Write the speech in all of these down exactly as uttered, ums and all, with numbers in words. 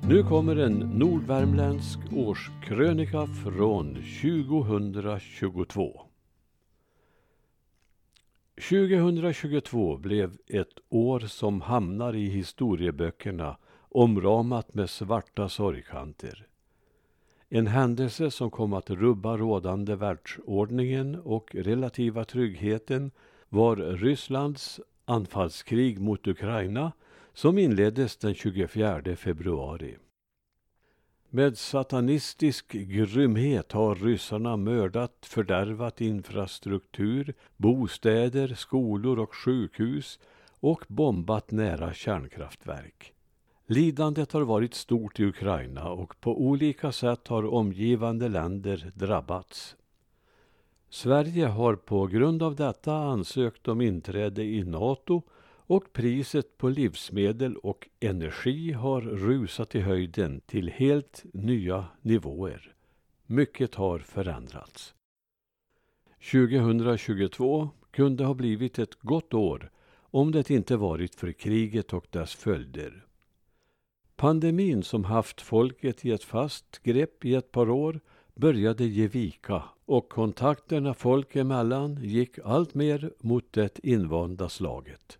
Nu kommer en nordvärmländsk årskrönika från tjugohundratjugotvå. tjugohundratjugotvå blev ett år som hamnar i historieböckerna omramat med svarta sorgkanter. En händelse som kom att rubba rådande världsordningen och relativa tryggheten var Rysslands anfallskrig mot Ukraina som inleddes den tjugofjärde februari. Med satanistisk grymhet har ryssarna mördat, fördärvat infrastruktur, bostäder, skolor och sjukhus och bombat nära kärnkraftverk. Lidandet har varit stort i Ukraina och på olika sätt har omgivande länder drabbats. Sverige har på grund av detta ansökt om inträde i NATO och priset på livsmedel och energi har rusat i höjden till helt nya nivåer. Mycket har förändrats. tjugohundratjugotvå kunde ha blivit ett gott år om det inte varit för kriget och dess följder. Pandemin som haft folket i ett fast grepp i ett par år började ge vika och kontakterna folk emellan gick allt mer mot det invanda slaget.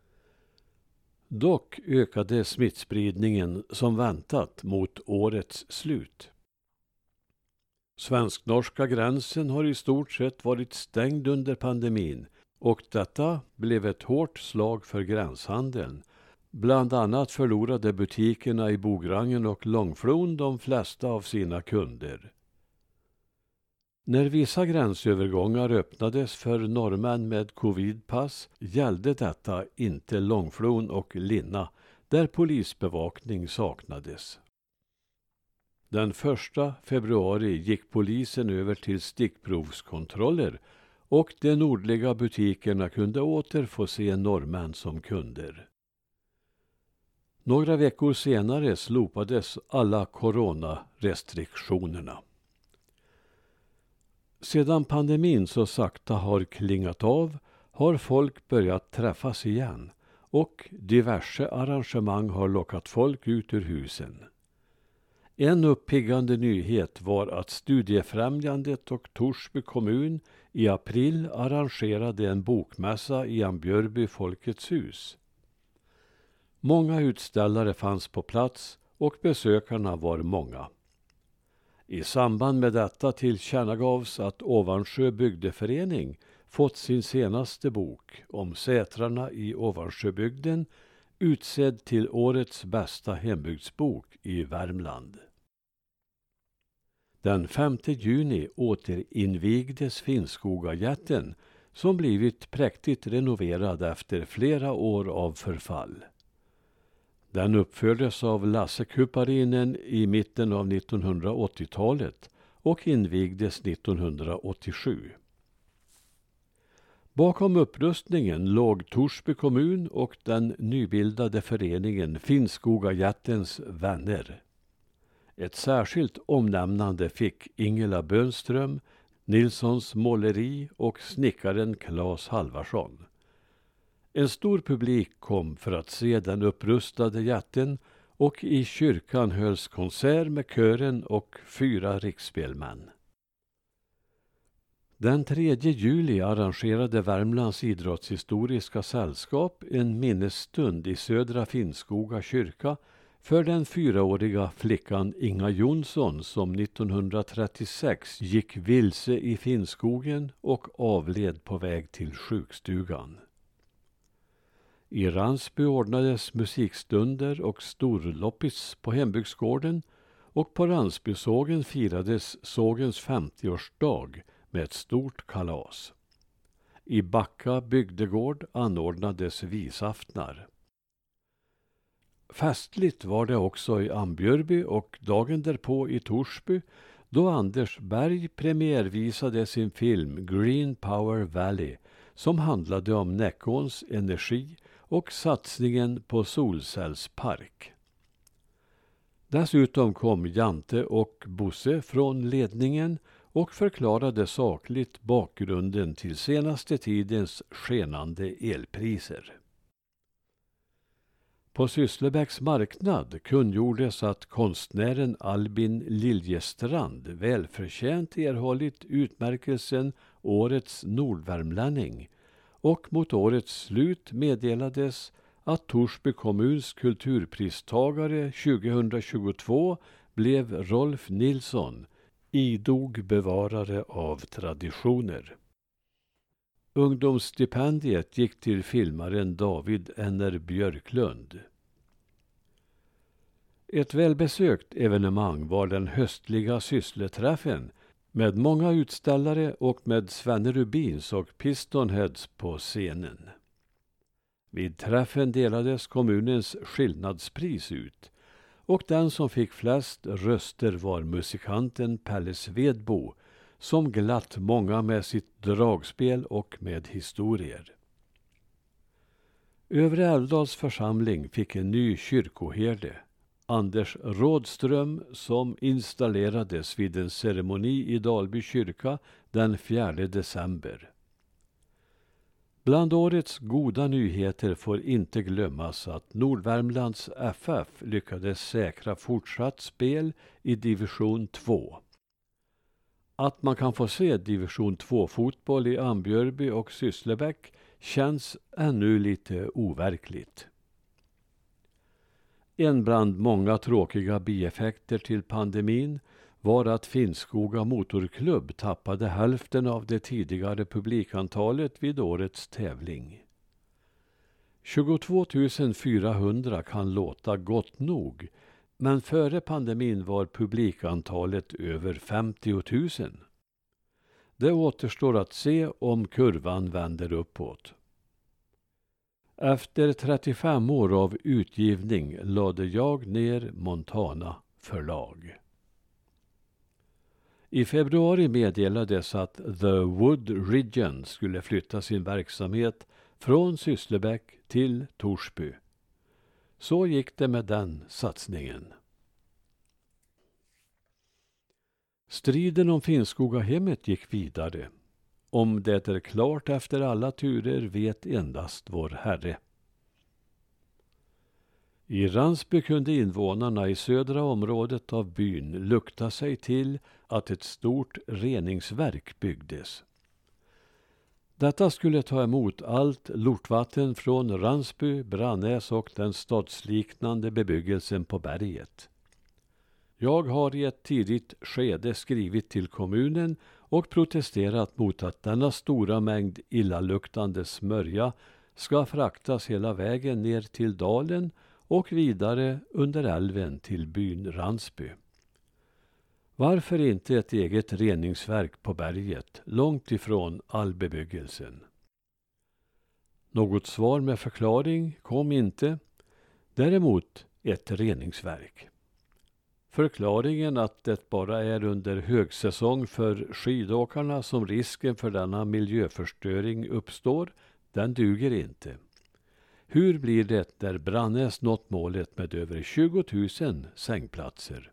Dock ökade smittspridningen som väntat mot årets slut. Svensk-norska gränsen har i stort sett varit stängd under pandemin och detta blev ett hårt slag för gränshandeln. Bland annat förlorade butikerna i Bograngen och Långflon de flesta av sina kunder. När vissa gränsövergångar öppnades för norrmän med covidpass gällde detta inte Långflon och Linna, där polisbevakning saknades. Den första februari gick polisen över till stickprovskontroller och de nordliga butikerna kunde åter få se norrmän som kunder. Några veckor senare slopades alla coronarestriktionerna. Sedan pandemin så sakta har klingat av har folk börjat träffas igen och diverse arrangemang har lockat folk ut ur husen. En uppiggande nyhet var att Studiefrämjandet och Torsby kommun i april arrangerade en bokmässa i Ambjörby Folkets hus. Många utställare fanns på plats och besökarna var många. I samband med detta tillkännagavs att Ovansjö bygdeförening fått sin senaste bok om sätrarna i Ovansjöbygden utsedd till årets bästa hembygdsbok i Värmland. Den femte juni återinvigdes Finnskogajätten som blivit präktigt renoverad efter flera år av förfall. Den uppfördes av Lasse Kuparinen i mitten av nittonhundraåttiotalet och invigdes nittonhundraåttiosju. Bakom upprustningen låg Torsby kommun och den nybildade föreningen Finnskogajättens vänner. Ett särskilt omnämnande fick Ingela Bönström, Nilssons måleri och snickaren Claes Halvarsson. En stor publik kom för att se den upprustade jätten och i kyrkan hölls konsert med kören och fyra riksspelmän. Den tredje juli arrangerade Värmlands idrottshistoriska sällskap en minnesstund i Södra Finnskoga kyrka för den fyraåriga flickan Inga Jonsson som nittonhundratrettiosex gick vilse i Finnskogen och avled på väg till sjukstugan. I Ransby ordnades musikstunder och storloppis på hembygdsgården och på Ransbysågen firades sågens femtioårsdag med ett stort kalas. I Backa bygdegård anordnades visaftnar. Festligt var det också i Ambjörby och dagen därpå i Torsby då Anders Berg premiärvisade sin film Green Power Valley som handlade om Näckåns energi och satsningen på solcellspark. Dessutom kom Jante och Bosse från ledningen och förklarade sakligt bakgrunden till senaste tidens skenande elpriser. På Sysslebäcks marknad kungjordes att konstnären Albin Liljestrand välförtjänt erhållit utmärkelsen Årets nordvärmlänning, och mot årets slut meddelades att Torsby kommuns kulturpristagare tjugohundratjugotvå blev Rolf Nilsson, idog bevarare av traditioner. Ungdomsstipendiet gick till filmaren David N R Björklund. Ett välbesökt evenemang var den höstliga syssleträffen med många utställare och med Svenne Rubins och Pistonheads på scenen. Vid träffen delades kommunens skillnadspris ut, och den som fick flest röster var musikanten Pelle Svedbo, som glatt många med sitt dragspel och med historier. Övre Älvdals församling fick en ny kyrkoherde, Anders Rådström, som installerades vid en ceremoni i Dalby kyrka den fjärde december. Bland årets goda nyheter får inte glömmas att Nordvärmlands F F lyckades säkra fortsatt spel i division två. Att man kan få se division två-fotboll i Ambjörby och Sysslebäck känns ännu lite overkligt. En bland många tråkiga bieffekter till pandemin var att Finnskoga motorklubb tappade hälften av det tidigare publikantalet vid årets tävling. tjugotvå tusen fyrahundra kan låta gott nog, men före pandemin var publikantalet över femtio tusen. Det återstår att se om kurvan vänder uppåt. Efter trettiofem år av utgivning lade jag ner Montana förlag. I februari meddelades att The Wood Region skulle flytta sin verksamhet från Sysslebäck till Torsby. Så gick det med den satsningen. Striden om Finnskogahemmet gick vidare. Om det är klart efter alla turer vet endast vår Herre. I Ransby kunde invånarna i södra området av byn lukta sig till att ett stort reningsverk byggdes. Detta skulle ta emot allt lortvatten från Ransby, Brannäs och den stadsliknande bebyggelsen på berget. Jag har i ett tidigt skede skrivit till kommunen och protesterat mot att denna stora mängd illaluktande smörja ska fraktas hela vägen ner till dalen och vidare under älven till byn Ransby. Varför inte ett eget reningsverk på berget, långt ifrån all bebyggelsen? Något svar med förklaring kom inte, däremot ett reningsverk. Förklaringen att det bara är under högsäsong för skidåkarna som risken för denna miljöförstöring uppstår, den duger inte. Hur blir det där Brannäs nått målet med över tjugo tusen sängplatser?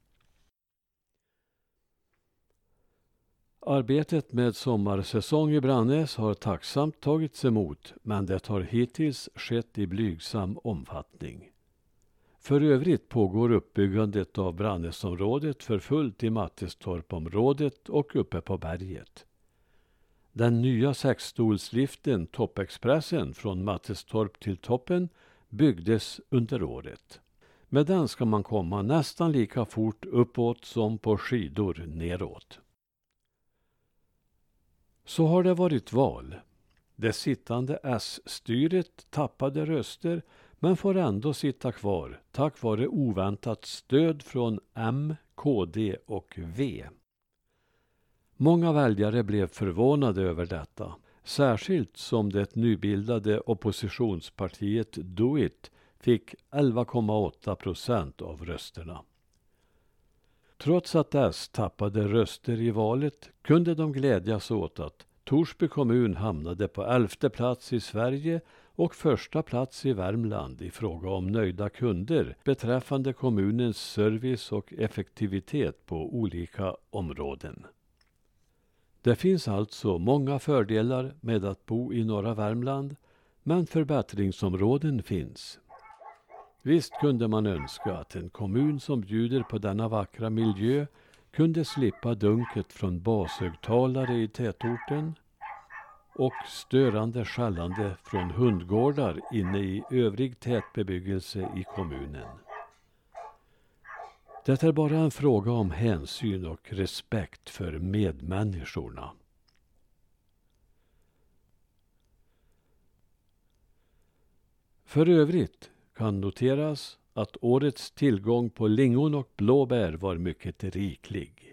Arbetet med sommarsäsong i Brannäs har tacksamt tagits emot, men det har hittills skett i blygsam omfattning. För övrigt pågår uppbyggandet av Brannäsområdet för fullt i Mattestorpområdet och uppe på berget. Den nya sexstolsliften Toppexpressen från Mattestorp till toppen byggdes under året. Med den ska man komma nästan lika fort uppåt som på skidor neråt. Så har det varit val. Det sittande S-styret tappade röster men får ändå sitta kvar tack vare oväntat stöd från M, K D och V. Många väljare blev förvånade över detta, särskilt som det nybildade oppositionspartiet Do It fick elva komma åtta procent av rösterna. Trots att S tappade röster i valet kunde de glädjas åt att Torsby kommun hamnade på elfte plats i Sverige och första plats i Värmland i fråga om nöjda kunder beträffande kommunens service och effektivitet på olika områden. Det finns alltså många fördelar med att bo i norra Värmland, men förbättringsområden finns. Visst kunde man önska att en kommun som bjuder på denna vackra miljö kunde slippa dunket från bashögtalare i tätorten och störande skällande från hundgårdar inne i övrig tätbebyggelse i kommunen. Det är bara en fråga om hänsyn och respekt för medmänniskorna. För övrigt kan noteras att årets tillgång på lingon och blåbär var mycket riklig.